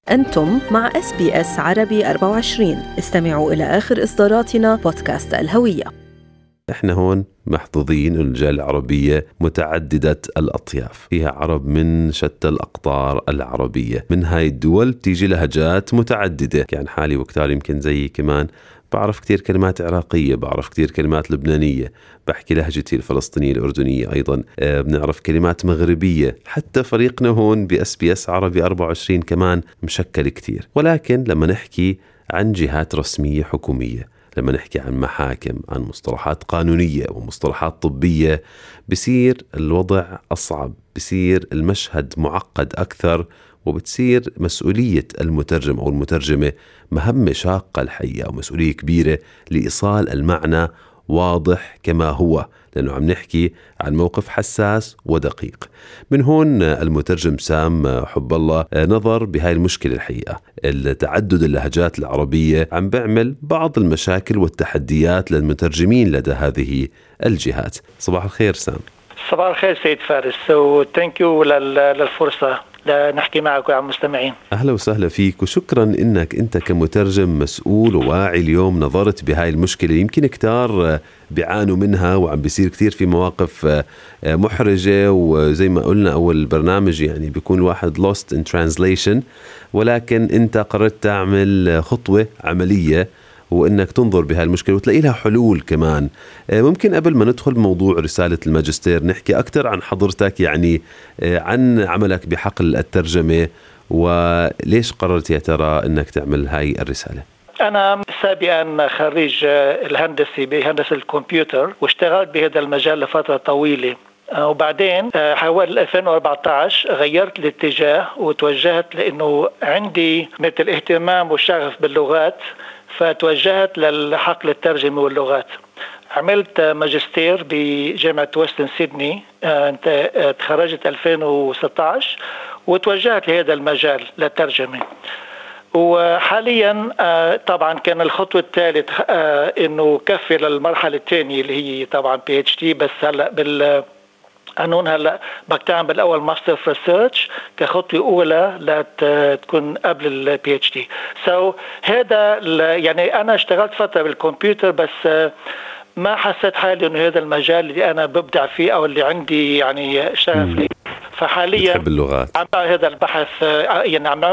أنتم مع SBS عربي 24. استمعوا إلى آخر إصداراتنا بودكاست الهوية. احنا هون محظوظين الجالية العربية متعددة الأطياف، فيها عرب من شتى الأقطار العربية. من هاي الدول تيجي لهجات متعددة، يعني حالي وكتار يمكن زي كمان بعرف كتير كلمات عراقية، بعرف كتير كلمات لبنانية، بحكي لهجتي الفلسطينية الأردنية أيضا، بنعرف كلمات مغربية. حتى فريقنا هون بSBS عربي 24 كمان مشكل كتير. ولكن لما نحكي عن جهات رسمية حكومية، لما نحكي عن محاكم، عن مصطلحات قانونية ومصطلحات طبية، بصير الوضع أصعب، بصير المشهد معقد أكثر، وبتصير مسؤولية المترجم أو المترجمة مهمة شاقة الحقيقة، ومسؤولية كبيرة لإيصال المعنى واضح كما هو، لأنه عم نحكي عن موقف حساس ودقيق. من هون المترجم سام حب الله نظر بهاي المشكلة الحقيقة. التعدد اللهجات العربية عم بيعمل بعض المشاكل والتحديات للمترجمين لدى هذه الجهات. صباح الخير سام. صباح الخير سيد فارس، وثانك يو للفرصة لنحكي معك وعلى المستمعين. أهلا وسهلا فيك، وشكرا إنك أنت كمترجم مسؤول وواعي اليوم نظرت بهاي المشكلة يمكن كتار بيعانوا منها، وعم بيصير كتير في مواقف محرجة، وزي ما قلنا أول برنامج يعني بيكون الواحد lost in translation، ولكن أنت قررت تعمل خطوة عملية وإنك تنظر بهاي المشكلة وتلاقي لها حلول كمان. ممكن قبل ما ندخل بموضوع رسالة الماجستير نحكي أكتر عن حضرتك، يعني عن عملك بحقل الترجمة، وليش قررت يا ترى إنك تعمل هاي الرسالة؟ أنا سابقا خريج الهندسي بهندسة الكمبيوتر، واشتغلت بهذا المجال لفترة طويلة، وبعدين حوالي 2014 غيرت الاتجاه وتوجهت لأنه عندي مثل اهتمام وشغف باللغات، فتوجهت للحقل الترجمة واللغات. عملت ماجستير بجامعة ويستن سيدني، تخرجت 2016 وتوجهت لهذا المجال للترجمة. وحاليا طبعا كان الخطوة الثالث انه كفي للمرحلة الثانية اللي هي طبعا PhD، بس هلا قانون هلا بدك تعمل بالاول ماستر في ريسيرش كخطوه اولى لتكون قبل PhD. هذا يعني انا اشتغلت فتره بالكمبيوتر، بس ما حسيت حالي انه هذا المجال اللي انا ببدع فيه او اللي عندي يعني شغف ليه. فحاليا عم بعمل هذا البحث، يعني عم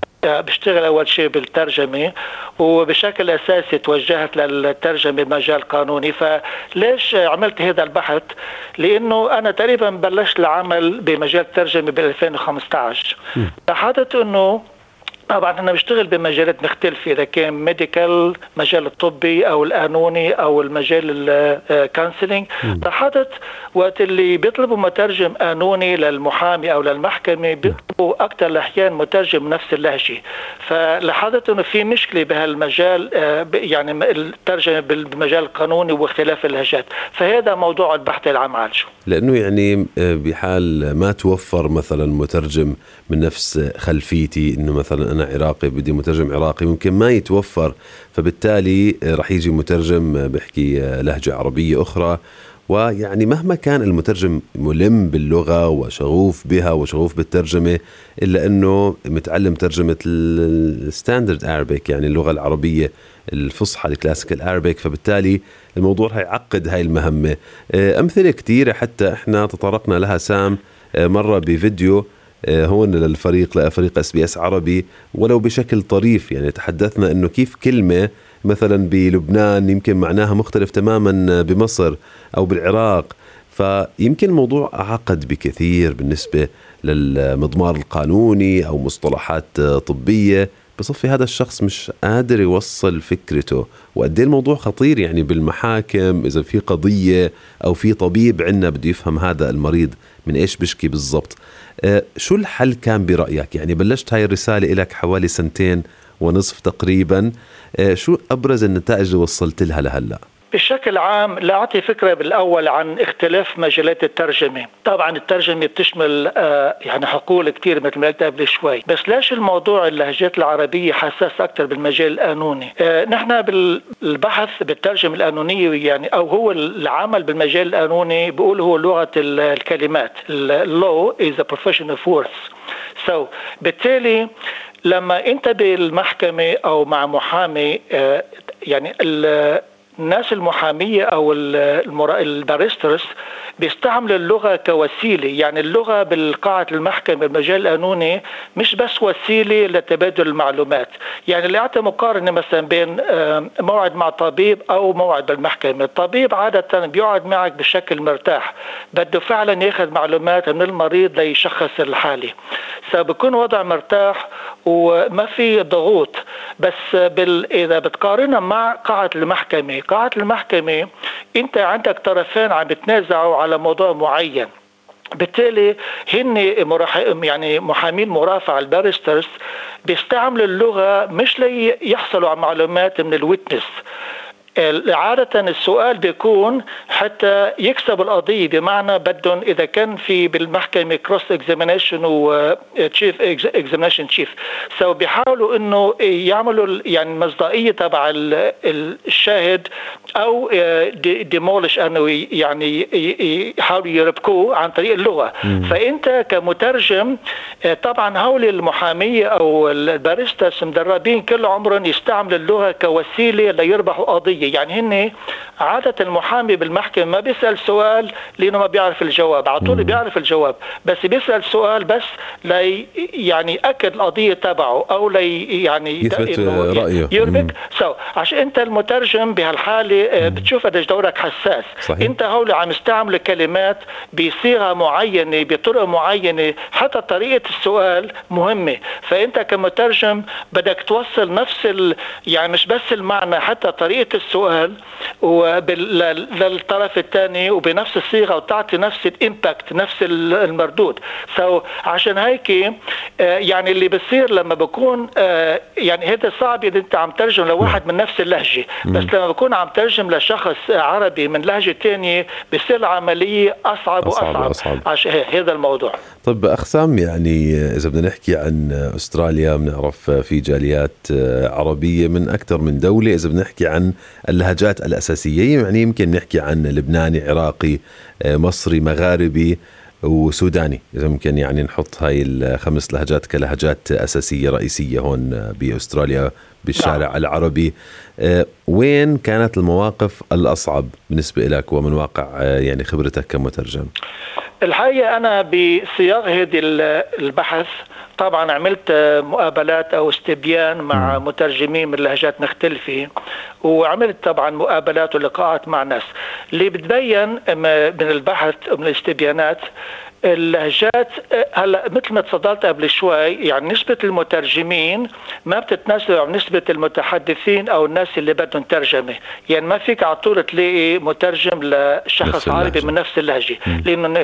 بشتغل اول شيء بالترجمه، وبشكل اساسي توجهت للترجمه بمجال قانوني. فليش عملت هذا البحث؟ لانه انا تقريبا بلشت العمل بمجال الترجمه بال 2015. لاحظت انه طبعا أنا بشتغل بمجالات مختلفة، إذا كان ميديكال، مجال الطبي أو القانوني أو المجال الكونسلينج. لاحظت وقت اللي بيطلبوا مترجم قانوني للمحامي أو للمحكمة بيطلبوا أكثر الأحيان مترجم نفس اللهجة. فلاحظت إنه في مشكلة بهالمجال، يعني الترجمة بالمجال القانوني واختلاف اللهجات. فهذا موضوع البحث اللي عم عالجه، لأنه يعني بحال ما توفر مثلا مترجم من نفس خلفيتي، إنه مثلا أنا عراقي بدي مترجم عراقي ممكن ما يتوفر، فبالتالي رح يجي مترجم بيحكي لهجة عربية أخرى. ويعني مهما كان المترجم ملم باللغة وشغوف بها وشغوف بالترجمة، إلا أنه متعلم ترجمة الستاندرد أرابيك، يعني اللغة العربية الفصحى الكلاسيكال أرابيك، فبالتالي الموضوع هيعقد هاي المهمة. أمثلة كتيرة حتى إحنا تطرقنا لها سام مرة بفيديو هون لفريق SBS عربي، ولو بشكل طريف، يعني تحدثنا أنه كيف كلمة مثلا بلبنان يمكن معناها مختلف تماما بمصر أو بالعراق. فيمكن الموضوع أعقد بكثير بالنسبة للمضمار القانوني أو مصطلحات طبية، بصفي هذا الشخص مش قادر يوصل فكرته. وقديه الموضوع خطير يعني بالمحاكم، إذا في قضية أو في طبيب عنا بده يفهم هذا المريض من إيش بشكي بالضبط. شو الحل كان برأيك؟ يعني بلشت هاي الرسالة إلك حوالي 2.5 سنين تقريبا، شو أبرز النتائج اللي وصلت لها لهلأ؟ بشكل عام لا أعطي فكرة بالأول عن اختلاف مجالات الترجمة. طبعا الترجمة بتشمل يعني حقول كتير مثل ما قلت قبل شوي، بس ليش الموضوع اللهجات العربية حساس أكتر بالمجال القانوني؟ نحن بالبحث بالترجمة القانونية يعني أو هو العمل بالمجال القانوني بقول هو لغة الكلمات. Law is a profession of words. بالتالي لما انت بالمحكمة او مع محامي يعني الناس المحامية او الباريسترز بيستعملوا اللغة كوسيلة. يعني اللغة بالقاعة المحكمة بالمجال القانوني مش بس وسيلة لتبادل المعلومات. يعني اللي أعطي مقارنة مثلا بين موعد مع طبيب أو موعد بالمحكمة، الطبيب عادة بيقعد معك بشكل مرتاح، بده فعلا ياخذ معلومات من المريض ليشخص الحالة، فبكون وضع مرتاح وما في ضغوط. بس إذا بتقارنها مع قاعة المحكمة انت عندك طرفين عم بتنازعوا على موضوع معين، بالتالي هن يعني محامين مرافعة الباريسترز بيستعملوا اللغة مش ليحصلوا على معلومات من الويتنس. عادة السؤال بيكون حتى يكسب القضية، بمعنى بدهم إذا كان في بالمحكمة كروس اكزامينيشن وتشيف اكزامينيشن تشيف، سو بيحاولوا إنه يعملوا يعني المصداقية تبع الشاهد أو ديمولش، أنه يعني يحاولوا يربكوه عن طريق اللغة. فأنت كمترجم طبعا هؤلاء المحامية أو الباريستاس مدربين كل عمرهم يستعمل اللغة كوسيلة ليربحوا قضية. يعني هن عادة المحامي بالمحكمة ما بيسأل سؤال لأنه ما بيعرف الجواب، على طول بيعرف الجواب، بس بيسأل سؤال بس يعني أكد القضية تبعه أو يعني يثبت رأيه يربك. عشان أنت المترجم بهالحالة بتشوف قديش دورك حساس. صحيح. أنت هؤلاء عم يستعمل كلمات بصيغة معينة بطرق معينة، حتى طريقة السؤال مهمة. فأنت كمترجم بدك توصل نفس يعني مش بس المعنى، حتى طريقة السؤال للطرف الثاني وبنفس الصيغة، وتعطي نفس الامباكت، نفس المردود. عشان هيك يعني اللي بصير لما بكون يعني هذا صعب إذا أنت عم ترجم لواحد من نفس اللهجة، بس لما بكون عم ترجم لشخص عربي من لهجة تانية بصير العملية أصعب وأصعب. عشان هذا الموضوع. طب أخسام، يعني إذا بدنا نحكي عن أستراليا، بنعرف في جاليات عربية من أكثر من دولة. إذا بدنا نحكي عن اللهجات الأساسية، يعني يمكن نحكي عن لبناني، عراقي، مصري، مغاربي وسوداني، إذا ممكن يعني نحط هاي الخمس لهجات كلهجات أساسية رئيسية هون بأستراليا بالشارع العربي. وين كانت المواقف الأصعب بالنسبة لك ومن واقع يعني خبرتك كمترجم؟ الحقيقة أنا بسياق هذه البحث طبعا عملت مقابلات أو استبيان مع مترجمين من لهجات مختلفة، وعملت طبعا مقابلات ولقاءات مع ناس. اللي بتبين من البحث ومن الاستبيانات اللهجات هلا مثل ما تفضلت قبل شوي، يعني نسبة المترجمين ما بتتناسب مع نسبة المتحدثين أو الناس اللي بدهم ترجمة. يعني ما فيك على طول تلاقي مترجم لشخص عربي من نفس اللهجة، لأنه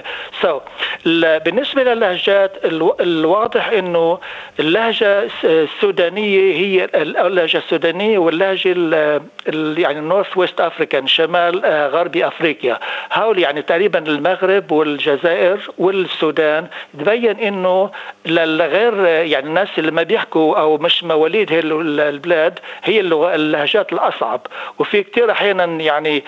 بالنسبة للهجات الواضح إنه اللهجة السودانية هي اللهجة السودانية واللهجة يعني النورث ويست أفريكان، شمال غربي أفريقيا، هؤلاء يعني تقريبا المغرب والجزائر والسودان، تبين انه للغير يعني الناس اللي ما بيحكوا او مش مواليد هي البلاد هي اللهجات الاصعب. وفي كتير احيانا يعني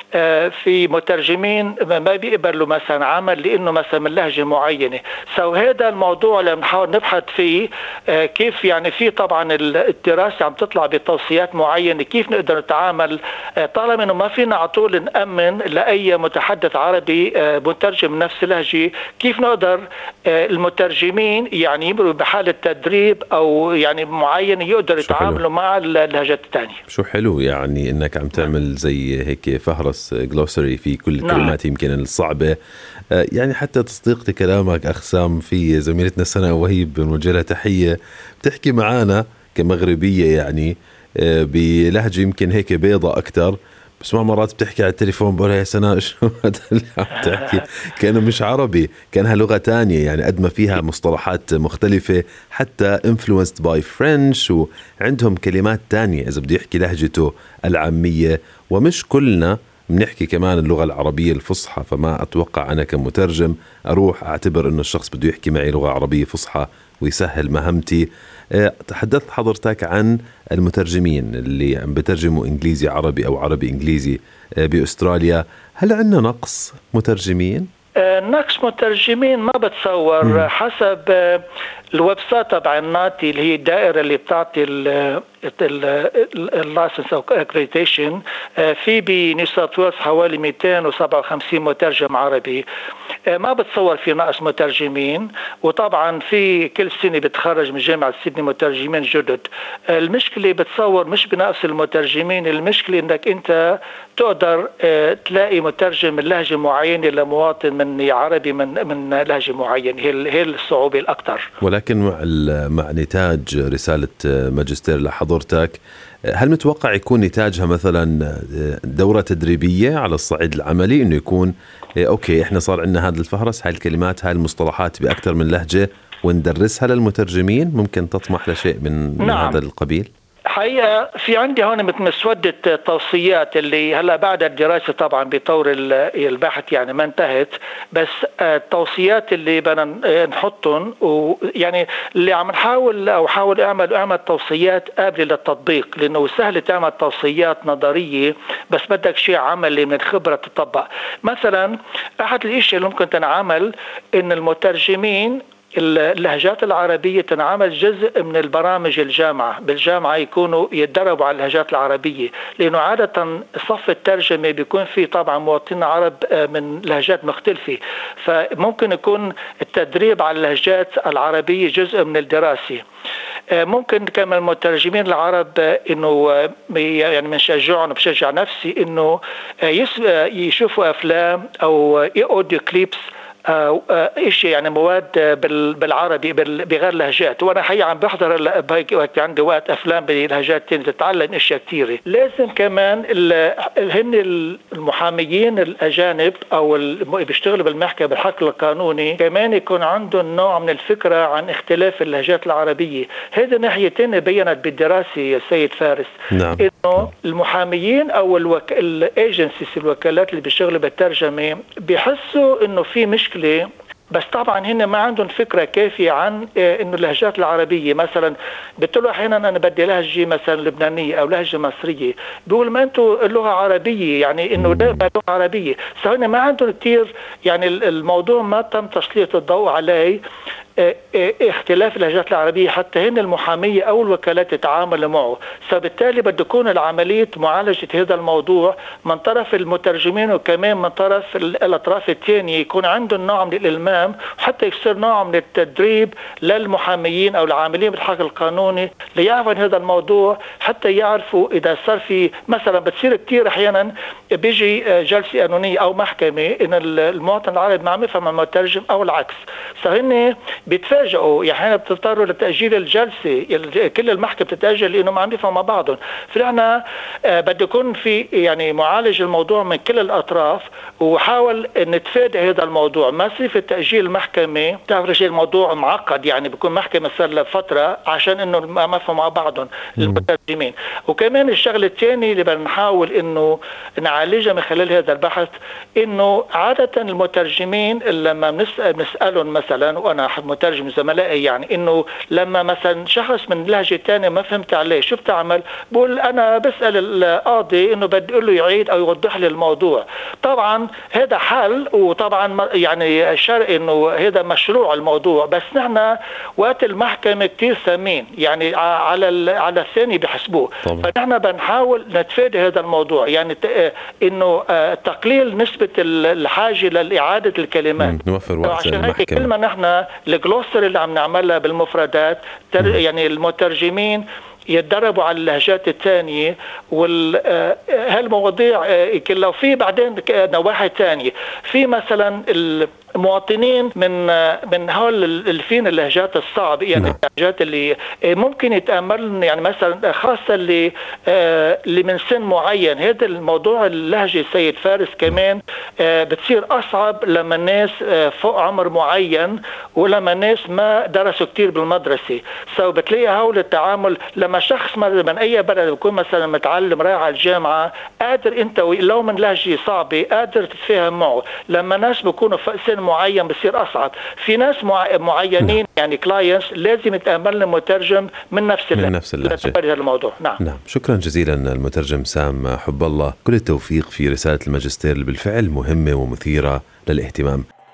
في مترجمين ما بيقبلوا مثلا عمل لانه مثلا من لهجه معينه. هذا الموضوع اللي بنحاول نبحث فيه كيف يعني في طبعا الدراسه عم تطلع بتوصيات معينه كيف نقدر نتعامل، طالما انه ما فينا على طول نامن لاي متحدث عربي مترجم نفس اللهجه، كيف نقدر المترجمين يعني يمروا بحاله تدريب او يعني معينه يقدروا يتعاملوا مع اللهجات الثانيه. شو حلو يعني انك عم تعمل زي هيك فهرس جلوسري في كل الكلمات يمكن الصعبة. يعني حتى تصديق كلامك أخسام، في زميلتنا سنة وهيب بنوجه لها تحية، بتحكي معانا كمغربية يعني بلهجة يمكن هيك بيضة أكتر، بس مرات بتحكي على التليفون بقولها يا سناء شو هذا اللي عم تحكي، كأنه مش عربي، كأنها لغة تانية، يعني قد ما فيها مصطلحات مختلفة حتى influenced by French، وعندهم كلمات تانية إذا بده يحكي لهجته العامية. ومش كلنا بنحكي كمان اللغة العربية الفصحى، فما أتوقع أنا كمترجم أروح أعتبر أنه الشخص بده يحكي معي لغة عربية فصحى ويسهل مهمتي. تحدثت حضرتك عن المترجمين اللي عم بترجموا إنجليزي عربي أو عربي إنجليزي بأستراليا، هل عندنا نقص مترجمين؟ نقص مترجمين ما بتصور حسب الويب سايت تبع الناتي اللي هي الدائرة اللي بتعطي اللايسنس او اكريديتيشن. في بنيو ساوث ويلز حوالي 257 مترجم عربي. ما بتصور في نقص مترجمين، وطبعا في كل سنة بتخرج من جامعة سيدني مترجمين جدد. المشكلة بتصور مش بنقص المترجمين، المشكلة انك انت تقدر تلاقي مترجم من لهجة معينة لمواطن من عربي من لهجة معينة. هي الصعوبة الأكثر. ولكن مع نتاج رسالة ماجستير لحضرتك، هل متوقع يكون نتاجها مثلا دورة تدريبية على الصعيد العملي، انه يكون اوكي احنا صار عندنا هذا الفهرس، هاي الكلمات هاي المصطلحات بأكثر من لهجة وندرسها للمترجمين؟ ممكن تطمح لشيء من هذا القبيل؟ حقيقة في عندي هون مثل مسودة توصيات اللي هلا بعد الدراسة طبعا بطور البحث يعني ما انتهت، بس التوصيات اللي بدنا نحطهم، ويعني اللي عم نحاول او حاول اعمل توصيات قابلة للتطبيق، لانه سهل تعمل توصيات نظرية بس بدك شيء عملي من الخبرة تطبق. مثلا احد الاشياء اللي ممكن تنعمل ان المترجمين اللهجات العربية تنعمل جزء من البرامج بالجامعة يكونوا يتدربوا على اللهجات العربية، لأنه عادة صف الترجمة بيكون فيه طبعا مواطنين عرب من لهجات مختلفة، فممكن يكون التدريب على اللهجات العربية جزء من الدراسة. ممكن كمان المترجمين العرب انه يعني بنشجعهم، بشجع نفسي انه يشوفوا افلام او اوديو كليبس إشي يعني مواد بالعربي بغير لهجات. وانا حقيقة عم بحضر وقت عندي وقت افلام بلهجات تانية تتعلم اشياء كتيرة. لازم كمان هن المحاميين الاجانب او اللي بيشتغلوا بالمحكمة بالحق القانوني كمان يكون عندهم نوع من الفكرة عن اختلاف اللهجات العربية. هذه ناحية تانية بينت بالدراسة يا سيد فارس. نعم. انه المحاميين او الايجنسيز الوكالات اللي بيشتغلوا بالترجمة بيحسوا انه في مشكلة، بس طبعا هن ما عندهم فكرة كافية عن انه اللهجات العربية. مثلا بتقولوا احيانا انا بدي لهجة مثلا لبنانية او لهجة مصرية، بيقول ما انتوا اللغة عربية، يعني انه ده لغة عربية. فهن ما عندهم كتير، يعني الموضوع ما تم تسليط الضوء عليه اختلاف اللهجات العربية حتى هن المحامية أو الوكالات يتعاملوا معه. فبالتالي بده يكون العملية معالجة هذا الموضوع من طرف المترجمين وكمان من طرف الأطراف الثانية، يكون عندهم نوع من الإلمام حتى يصير نوع من التدريب للمحاميين أو العاملين بالحق القانوني ليعرفوا هذا الموضوع، حتى يعرفوا إذا صار في مثلا بتصير كتير أحيانا بيجي جلسة قانونية أو محكمة إن المواطن العربي ما عم يفهم المترجم أو العكس، فهن بيتفاجئوا يعني بتضطروا لتأجيل الجلسة، كل المحكمة بتتأجل لأنه ما عم يفهموا مع بعضهم. فنحن بده يكون في يعني معالج الموضوع من كل الأطراف، وحاول نتفادى هذا الموضوع. ما يصير في تأجيل المحكمة، تعرف رجال الموضوع معقد، يعني بيكون محكمة صار لها فترة عشان إنه ما يفهموا مع بعضهم المترجمين. وكمان الشغلة الثانية اللي بنحاول إنه نعالجها من خلال هذا البحث، إنه عادة المترجمين لما بنسألهم مثلا، وأنا مترجم زملائي، يعني إنه لما مثلا شخص من لهجة تانية ما فهمت عليه شو بتعمل، بقول أنا بسأل القاضي إنه بدي أقول له يعيد أو يوضح لي الموضوع. طبعا هذا حل، وطبعا يعني شرع إنه هذا مشروع الموضوع، بس نحن وقت المحكمة كتير ثمين، يعني على الثاني بحسبوه. فنحن بنحاول نتفادى هذا الموضوع، يعني إنه تقليل نسبة الحاجة لإعادة الكلمات. نوفر وقت المحكمة. كلمة نحن الجلوسر اللي عم نعملها بالمفردات، يعني المترجمين يتدربوا على اللهجات الثانية هالمواضيع كلها. وفي بعدين نواحي ثانية، في مثلا المواطنين من هول الفين اللهجات الصعبة، يعني اللهجات اللي ممكن يتأمل، يعني مثلا خاصة اللي من سن معين. هذا الموضوع اللهجة سيد فارس كمان بتصير أصعب لما الناس فوق عمر معين، ولما الناس ما درسوا كتير بالمدرسة. بتلاقي هول التعامل لما شخص من أي بلد بيكون مثلا متعلم رايح على الجامعة، قادر أنت لو من لهجة صعبة قادر تتفاهم معه. لما ناس بيكونوا في سن معين بصير أصعب. في ناس معينين يعني كلاينتس لازم يتأمل مترجم من نفس اللهجة. الموضوع. نعم. شكرا جزيلا المترجم سام حب الله، كل التوفيق في رسالة الماجستير اللي بالفعل مهمة ومثيرة للاهتمام.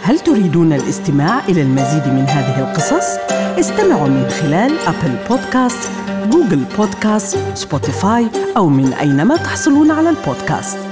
هل تريدون الاستماع إلى المزيد من هذه القصص؟ استمعوا من خلال أبل بودكاست، جوجل بودكاست، سبوتيفاي أو من أينما تحصلون على البودكاست.